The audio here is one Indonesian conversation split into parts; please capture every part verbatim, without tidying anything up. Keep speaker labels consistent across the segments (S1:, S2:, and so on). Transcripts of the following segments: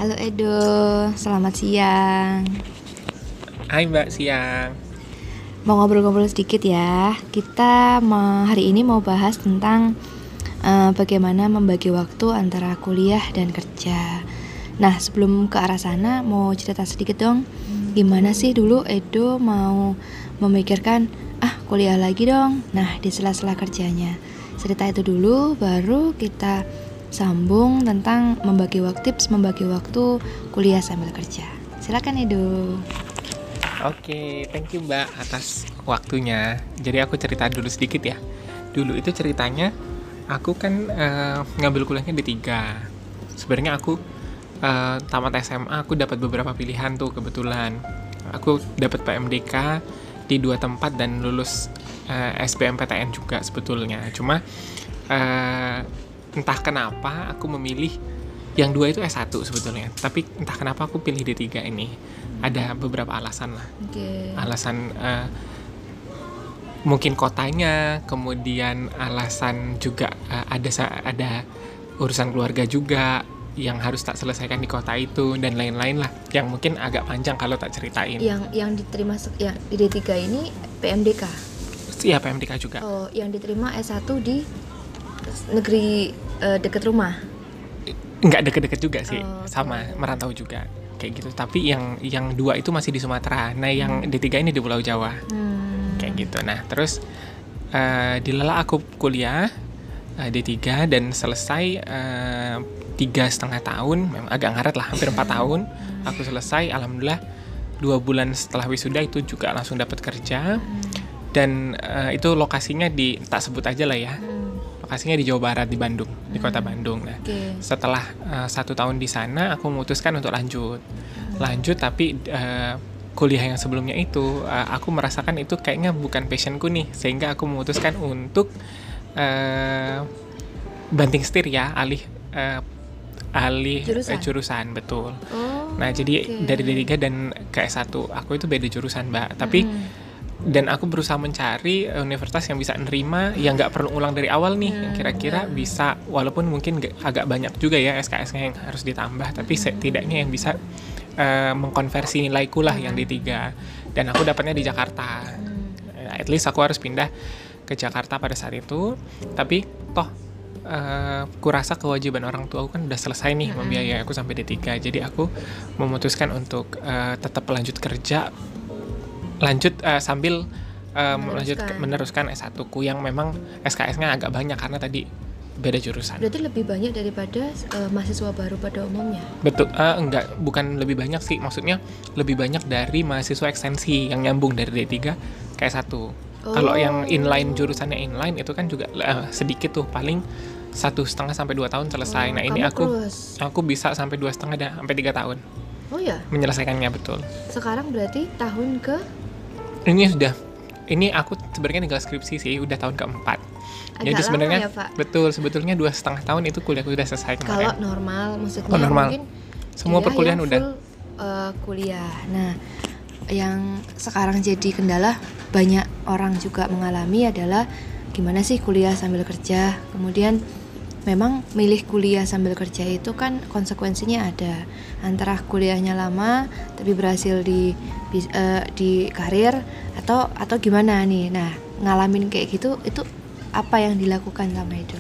S1: Halo Edo, selamat siang.
S2: Hai Mbak, siang.
S1: Mau ngobrol-ngobrol sedikit ya. Kita mau, hari ini mau bahas tentang uh, bagaimana membagi waktu antara kuliah dan kerja. Nah, sebelum ke arah sana, mau cerita sedikit dong. Gimana sih dulu Edo mau memikirkan, ah kuliah lagi dong. Nah, di sela-sela kerjanya. Cerita itu dulu, baru kita sambung tentang membagi waktu, tips membagi waktu kuliah sambil kerja. Silakan Edo.
S2: Oke, thank you Mbak atas waktunya. Jadi aku cerita dulu sedikit ya. Dulu itu ceritanya, aku kan uh, ngambil kuliahnya D tiga. Sebenarnya aku uh, tamat S M A, aku dapat beberapa pilihan tuh kebetulan. Aku dapat P M D K di dua tempat dan lulus uh, S B M P T N juga sebetulnya. Cuma uh, entah kenapa aku memilih yang dua itu S satu sebetulnya. Tapi entah kenapa aku pilih D tiga ini. Ada beberapa alasan lah.
S1: Okay.
S2: Alasan uh, mungkin kotanya, kemudian alasan juga uh, ada ada urusan keluarga juga yang harus tak selesaikan di kota itu dan lain-lain lah. Yang mungkin agak panjang kalau tak ceritain.
S1: Yang yang diterima yang di D tiga ini P M D K.
S2: Iya, P M D K juga.
S1: Oh, yang diterima S satu di negeri uh, dekat rumah.
S2: Enggak deket-deket juga sih,
S1: oh,
S2: sama
S1: okay.
S2: merantau juga kayak gitu. Tapi yang yang dua itu masih di Sumatera. Nah, yang D tiga ini di Pulau Jawa. Hmm. Kayak gitu. Nah, terus uh, dilala aku kuliah uh, D tiga dan selesai uh, tiga setengah tahun, memang agak ngaret lah, hampir empat tahun. Aku selesai, alhamdulillah dua bulan setelah wisuda itu juga langsung dapat kerja. Dan uh, itu lokasinya di, tak sebut aja lah ya. Lokasinya di Jawa Barat, di Bandung, di kota Bandung. Nah, okay. Setelah uh, satu tahun di sana, aku memutuskan untuk lanjut, lanjut. Tapi uh, kuliah yang sebelumnya itu, uh, aku merasakan itu kayaknya bukan passionku nih, sehingga aku memutuskan untuk uh, banting setir ya, alih uh, alih
S1: jurusan,
S2: uh, jurusan betul.
S1: Oh,
S2: nah, jadi okay. dari D tiga dan ke S satu, aku itu beda jurusan, Mbak. Tapi hmm. dan aku berusaha mencari universitas yang bisa nerima, yang nggak perlu ulang dari awal nih, hmm, yang kira-kira yeah. bisa, walaupun mungkin gak, agak banyak juga ya S K S-nya yang harus ditambah, tapi hmm. setidaknya yang bisa uh, mengkonversi nilaiku lah hmm. yang D tiga. Dan aku dapatnya di Jakarta. Hmm. At least aku harus pindah ke Jakarta pada saat itu, tapi toh uh, kurasa kewajiban orang tua aku kan udah selesai nih hmm. membiayai aku sampai D tiga. Jadi aku memutuskan untuk uh, tetap lanjut kerja, lanjut uh, sambil uh, melanjutkan meneruskan S satu ku yang memang S K S-nya agak banyak karena tadi beda jurusan.
S1: Berarti lebih banyak daripada uh, mahasiswa baru pada umumnya?
S2: Betul, uh, enggak, bukan lebih banyak sih, maksudnya lebih banyak dari mahasiswa ekstensi yang nyambung dari D tiga ke S satu. Oh. Kalau yang inline, jurusannya inline itu kan juga uh, sedikit tuh, paling satu setengah sampai dua tahun selesai. Oh, nah ini aku close. aku bisa sampai dua setengah dan sampai tiga tahun.
S1: Oh ya?
S2: Menyelesaikannya, betul.
S1: Sekarang berarti tahun ke
S2: Ini sudah, ini aku sebenarnya tinggal skripsi sih, udah tahun keempat.
S1: Agak
S2: Jadi sebenarnya
S1: ya, Pak?
S2: Betul, sebetulnya dua setengah tahun itu kuliahku udah selesai kemarin.
S1: Kalau normal, maksudnya
S2: oh, normal.
S1: Mungkin
S2: semua perkuliahan
S1: full,
S2: udah.
S1: Uh, kuliah. Nah, yang sekarang jadi kendala banyak orang juga mengalami adalah gimana sih kuliah sambil kerja. Kemudian memang milih kuliah sambil kerja itu kan konsekuensinya ada, antara kuliahnya lama tapi berhasil di uh, di karir atau atau gimana nih. Nah, ngalamin kayak gitu itu apa yang dilakukan sama itu?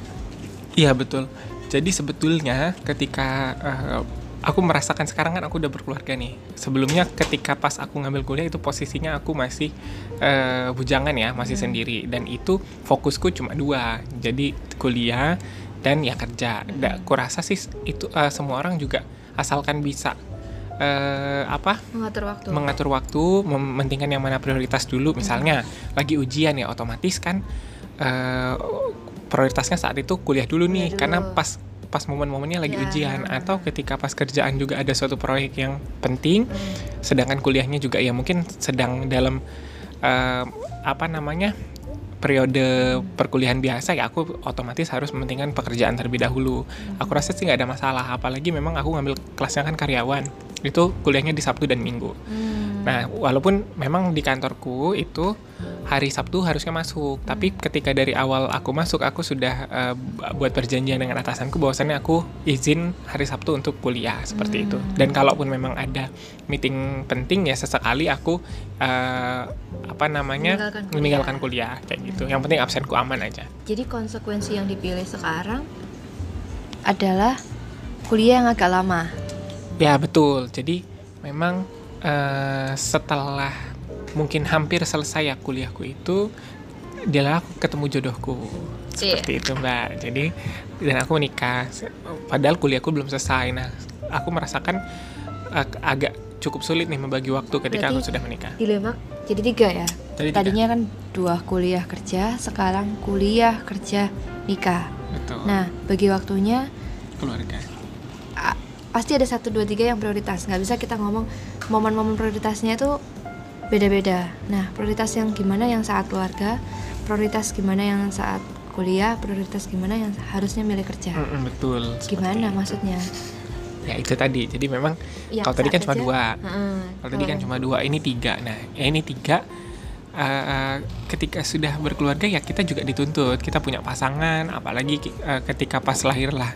S2: Iya, betul. Jadi sebetulnya ketika uh, aku merasakan sekarang kan aku udah berkeluarga nih. Sebelumnya ketika pas aku ngambil kuliah itu posisinya aku masih uh, bujangan ya, masih hmm. sendiri, dan itu fokusku cuma dua. Jadi kuliah dan ya kerja. Dan aku rasa sih itu uh, semua orang juga asalkan bisa uh, apa?
S1: mengatur waktu.
S2: Mengatur waktu, mementingkan yang mana prioritas dulu. Misalnya hmm. lagi ujian ya, otomatis kan uh, prioritasnya saat itu kuliah dulu kuliah nih dulu. Karena pas pas momen-momennya lagi ya. ujian, atau ketika pas kerjaan juga ada suatu proyek yang penting, hmm. sedangkan kuliahnya juga ya mungkin sedang dalam uh, apa namanya periode hmm. perkuliahan biasa, ya aku otomatis harus mementingkan pekerjaan terlebih dahulu. hmm. Aku rasa sih nggak ada masalah, apalagi memang aku ngambil kelasnya kan karyawan, itu kuliahnya di Sabtu dan Minggu. hmm. Nah, walaupun memang di kantorku itu hari Sabtu harusnya masuk. Hmm. Tapi ketika dari awal aku masuk, aku sudah uh, buat perjanjian dengan atasanku bahwasannya aku izin hari Sabtu untuk kuliah seperti hmm. itu. Dan kalaupun memang ada meeting penting ya sesekali aku uh, apa namanya
S1: meninggalkan kuliah.
S2: meninggalkan kuliah kayak gitu. Yang penting absenku aman aja.
S1: Jadi konsekuensi yang dipilih sekarang adalah kuliah yang agak lama.
S2: Ya betul. Jadi memang uh, setelah mungkin hampir selesai ya kuliahku itu, dia aku ketemu jodohku seperti yeah. itu Mbak. Jadi dan aku menikah padahal kuliahku belum selesai. Nah aku merasakan uh, agak cukup sulit nih membagi waktu ketika berarti aku sudah menikah.
S1: Dilema jadi tiga ya. Jadi tadinya tiga. Kan dua kuliah kerja, sekarang kuliah kerja nikah.
S2: Betul.
S1: Nah bagi waktunya
S2: keluarga.
S1: A- pasti ada satu dua tiga yang prioritas. Nggak bisa kita ngomong momen-momen prioritasnya itu beda-beda. Nah, prioritas yang gimana yang saat keluarga, prioritas gimana yang saat kuliah, prioritas gimana yang harusnya milik kerja.
S2: Mm-mm, betul.
S1: Gimana maksudnya?
S2: Ya itu tadi. Jadi memang ya, kalau tadi kan cuma dua.
S1: Mm-hmm.
S2: Kalau tadi kan cuma dua, ini tiga. Nah, ya ini tiga. Uh, ketika sudah berkeluarga ya kita juga dituntut. Kita punya pasangan, apalagi uh, ketika pas lahir lah.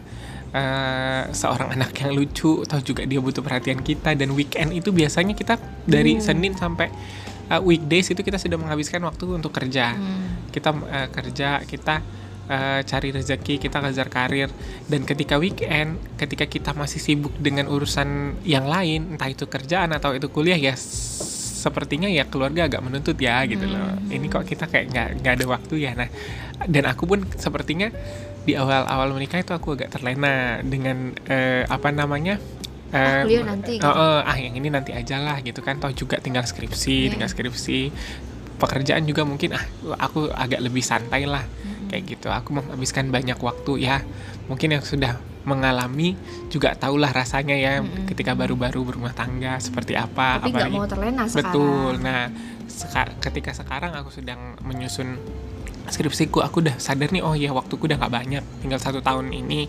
S2: Uh, seorang anak yang lucu, atau juga dia butuh perhatian kita. Dan weekend itu biasanya kita dari hmm. Senin sampai uh, weekdays itu kita sudah menghabiskan waktu untuk kerja. hmm. Kita uh, kerja, kita uh, cari rezeki, kita kejar karir. Dan ketika weekend, ketika kita masih sibuk dengan urusan yang lain, entah itu kerjaan atau itu kuliah, ya sepertinya ya keluarga agak menuntut ya gitu loh. hmm. Ini kok kita kayak gak, gak ada waktu ya. Nah, dan aku pun sepertinya di awal-awal menikah itu aku agak terlena dengan uh, apa namanya
S1: uh, ah, kuliah nanti
S2: uh, uh, ah yang ini nanti aja lah gitu kan, toh juga tinggal skripsi yeah. tinggal skripsi pekerjaan juga mungkin ah aku agak lebih santai lah mm-hmm. kayak gitu. Aku menghabiskan banyak waktu ya, mungkin yang sudah mengalami juga tahulah rasanya ya mm-hmm. ketika baru-baru berumah tangga seperti apa.
S1: Tapi nggak mau terlena sekarang.
S2: Betul. Nah seka- ketika sekarang aku sedang menyusun skripsiku, aku udah sadar nih, oh ya waktuku udah nggak banyak, tinggal satu tahun ini.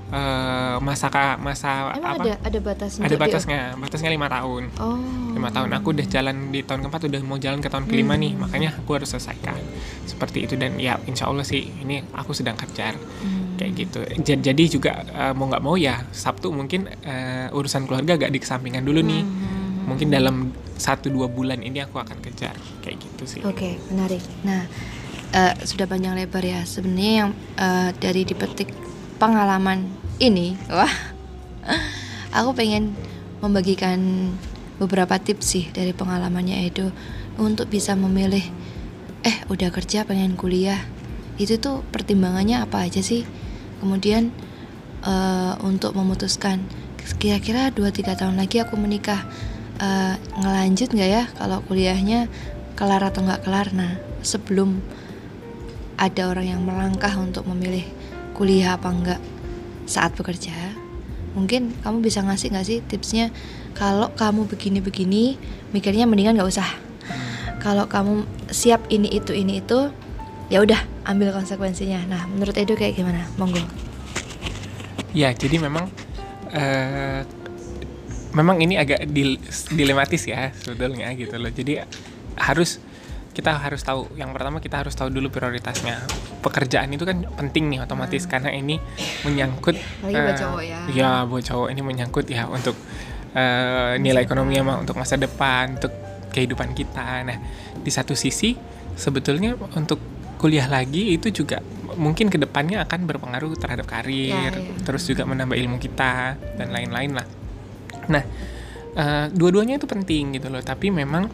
S2: Uh, masa masa
S1: Emang
S2: apa?
S1: Ada ada batasnya.
S2: Ada batasnya, batasnya lima tahun.
S1: Oh.
S2: Lima tahun. Aku udah jalan di tahun keempat, udah mau jalan ke tahun kelima hmm. nih, makanya aku harus selesaikan. Seperti itu. Dan ya insya Allah sih ini aku sedang kejar hmm. kayak gitu. Jadi juga uh, mau nggak mau ya Sabtu mungkin uh, urusan keluarga agak dikesampingkan dulu nih. Hmm. Mungkin dalam satu dua bulan ini aku akan kejar kayak gitu sih.
S1: Oke, okay, menarik. Nah. Uh, sudah panjang lebar ya sebenarnya yang uh, dari dipetik pengalaman ini, wah, aku pengen membagikan beberapa tips sih dari pengalamannya Edo untuk bisa memilih, eh udah kerja pengen kuliah, itu tuh pertimbangannya apa aja sih, kemudian uh, untuk memutuskan kira-kira dua tiga tahun lagi aku menikah, uh, ngelanjut nggak ya kalau kuliahnya kelar atau nggak kelar. Nah sebelum ada orang yang melangkah untuk memilih kuliah apa enggak saat bekerja, mungkin kamu bisa ngasih nggak sih tipsnya, kalau kamu begini-begini mikirnya mendingan nggak usah, kalau kamu siap ini itu ini itu ya udah ambil konsekuensinya. Nah menurut Edo kayak gimana, monggo.
S2: Ya jadi memang uh, memang ini agak dil- dilematis ya sebetulnya gitu loh. Jadi harus kita harus tahu, yang pertama kita harus tahu dulu prioritasnya. Pekerjaan itu kan penting nih otomatis hmm. karena ini menyangkut
S1: lagi uh, buat cowok ya.
S2: Ya buat cowok ini menyangkut ya untuk uh, nilai ekonomi sama untuk masa depan, untuk kehidupan kita. Nah di satu sisi sebetulnya untuk kuliah lagi itu juga mungkin kedepannya akan berpengaruh terhadap karir, ya, ya. Terus juga menambah ilmu kita dan lain-lain lah. Nah uh, dua-duanya itu penting gitu loh. Tapi memang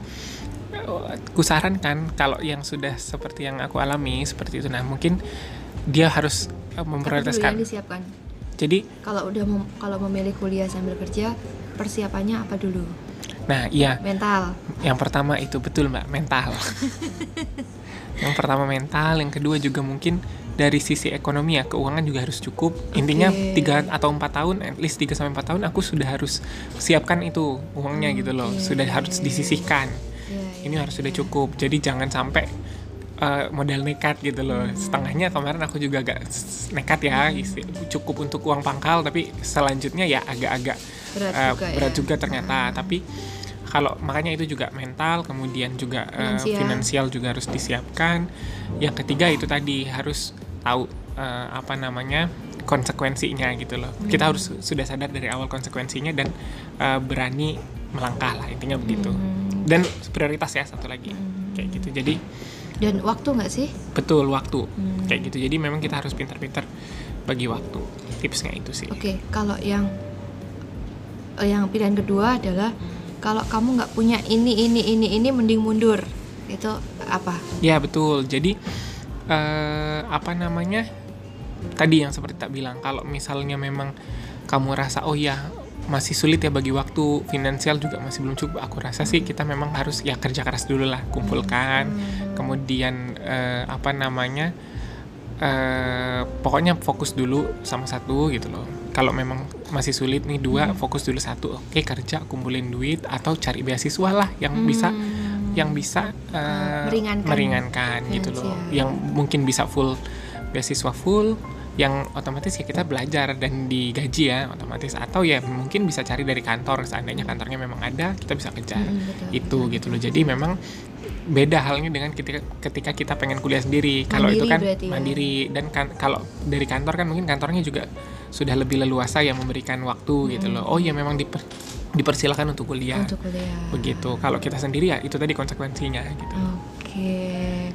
S2: kusarankan kalau yang sudah seperti yang aku alami seperti itu, nah mungkin dia harus uh, memprioritaskan.
S1: Disiapkan.
S2: Jadi
S1: kalau udah mem- kalau memilih kuliah sambil kerja, persiapannya apa dulu?
S2: Nah iya.
S1: Mental.
S2: Yang pertama itu betul mbak, mental. Yang pertama mental, yang kedua juga mungkin dari sisi ekonomi ya, keuangan juga harus cukup. Okay. Intinya tiga atau empat tahun, at least tiga sampai empat tahun aku sudah harus siapkan itu uangnya okay. gitu loh, sudah harus disisihkan. Ini harus sudah cukup, jadi jangan sampai uh, modal nekat gitu loh. Hmm. Setengahnya kemarin aku juga agak nekat ya, hmm. cukup untuk uang pangkal, tapi selanjutnya ya agak-agak
S1: berat,
S2: uh,
S1: juga,
S2: berat
S1: ya.
S2: juga ternyata. Hmm. Tapi kalau makanya itu juga mental, kemudian juga uh,
S1: Finansial.
S2: finansial juga harus disiapkan. Yang ketiga itu tadi harus tahu uh, apa namanya konsekuensinya gitu loh.
S1: Hmm.
S2: Kita harus sudah sadar dari awal konsekuensinya dan uh, berani melangkah lah, intinya begitu.
S1: Hmm.
S2: Dan prioritas ya satu lagi
S1: Hmm.
S2: kayak gitu. Jadi
S1: Dan waktu nggak sih?
S2: betul waktu
S1: Hmm.
S2: kayak gitu. Jadi memang kita harus pintar-pintar bagi waktu. Tipsnya itu sih.
S1: Oke, kalau yang eh, yang pilihan kedua adalah kalau kamu nggak punya ini ini ini ini mending mundur. Itu apa?
S2: Ya betul. Jadi eh, apa namanya tadi yang seperti tak bilang, kalau misalnya memang kamu rasa oh ya masih sulit ya bagi waktu, finansial juga masih belum cukup, aku rasa sih kita memang harus ya kerja keras dulu lah, kumpulkan,
S1: Hmm.
S2: kemudian eh, apa namanya eh, pokoknya fokus dulu sama satu gitu loh. Kalau memang masih sulit nih dua,
S1: Hmm.
S2: fokus dulu satu, oke kerja kumpulin duit atau cari beasiswa lah yang bisa
S1: Hmm.
S2: yang bisa uh,
S1: Meringankan.
S2: meringankan gitu loh, yang mungkin bisa full beasiswa full, yang otomatis ya kita belajar dan digaji ya otomatis, atau ya mungkin bisa cari dari kantor seandainya kantornya memang ada, kita bisa kejar
S1: Hmm, betul,
S2: itu
S1: betul.
S2: gitu loh. Jadi memang beda halnya dengan ketika ketika kita pengen kuliah sendiri. Kalau itu kan
S1: berarti ya.
S2: mandiri, dan kan kalau dari kantor kan mungkin kantornya juga sudah lebih leluasa ya memberikan waktu gitu loh. Oh ya memang diper, dipersilakan untuk kuliah.
S1: Untuk kuliah.
S2: Begitu. Kalau kita sendiri ya itu tadi konsekuensinya gitu.
S1: Oke,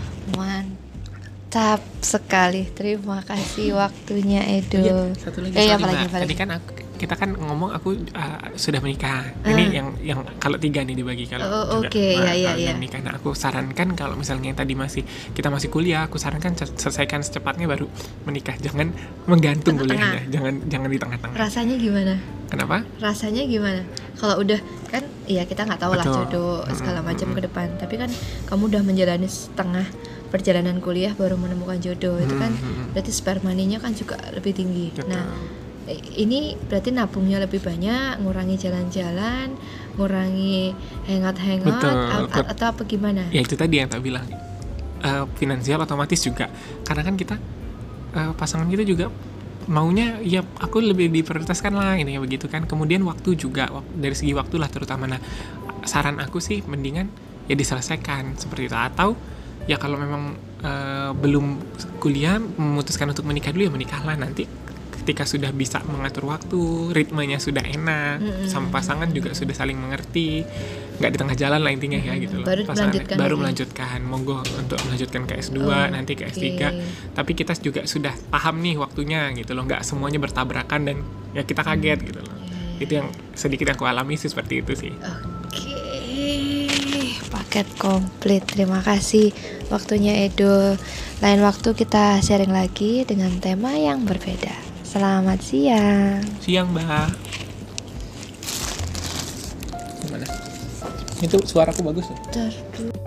S1: mantap sekali. Terima kasih waktunya Edo.
S2: Iya, satu lagi
S1: Eh,
S2: sorry,
S1: apalagi,
S2: Mbak.
S1: apalagi?
S2: Tadi kan aku, kita kan ngomong aku uh, sudah menikah. Ini
S1: Ah.
S2: yang yang kalau tiga nih dibagi kalau
S1: Oh,
S2: juga
S1: oke,
S2: uh,
S1: iya, iya,
S2: kalau
S1: iya.
S2: yang menikah. Nah, aku sarankan kalau misalnya yang tadi masih kita masih kuliah, aku sarankan ce- selesaikan secepatnya baru menikah. Jangan menggantung
S1: Tengah-tengah.
S2: kuliahnya. Jangan jangan di tengah-tengah.
S1: Rasanya gimana?
S2: Kenapa?
S1: Rasanya gimana? Kalau udah kan, ya kita nggak tahu lah
S2: Betul.
S1: jodoh segala
S2: Mm-mm,
S1: macam
S2: mm-mm.
S1: ke depan. Tapi kan kamu udah menjalani setengah perjalanan kuliah baru menemukan jodoh. Itu kan
S2: Mm-mm.
S1: berarti spare money-nya kan juga lebih tinggi.
S2: Betul.
S1: Nah, ini berarti nabungnya lebih banyak, ngurangi jalan-jalan, ngurangi hangout-hangout,
S2: Betul,
S1: a- a-
S2: betul.
S1: atau apa gimana?
S2: Ya itu tadi yang tak bilang. Eh, finansial otomatis juga. Karena kan kita eh, pasangan kita juga maunya ya aku lebih diprioritaskan lah ini ya begitu kan. Kemudian waktu juga wak- dari segi waktu lah terutama. Nah, saran aku sih mendingan ya diselesaikan seperti itu, atau ya kalau memang eh, belum kuliah memutuskan untuk menikah dulu ya menikahlah, nanti ketika sudah bisa mengatur waktu, ritmenya sudah enak,
S1: Mm-mm.
S2: sama pasangan juga sudah saling mengerti, nggak di tengah jalan lah intinya ya gitu loh.
S1: Baru
S2: Pasangan-
S1: melanjutkan
S2: baru
S1: lagi.
S2: melanjutkan, monggo untuk melanjutkan ke S dua,
S1: Oh,
S2: nanti ke S
S1: oke.
S2: tiga. Tapi kita juga sudah paham nih waktunya gitu loh, nggak semuanya bertabrakan dan ya kita kaget gitu loh.
S1: Iya,
S2: Itu yang sedikit yang aku alami sih seperti itu sih.
S1: Oke, paket komplit. Terima kasih waktunya Edo. Lain waktu kita sharing lagi dengan tema yang berbeda. Selamat siang.
S2: Siang, Mbak. Gimana? Itu suaraku bagus loh.
S1: Ter-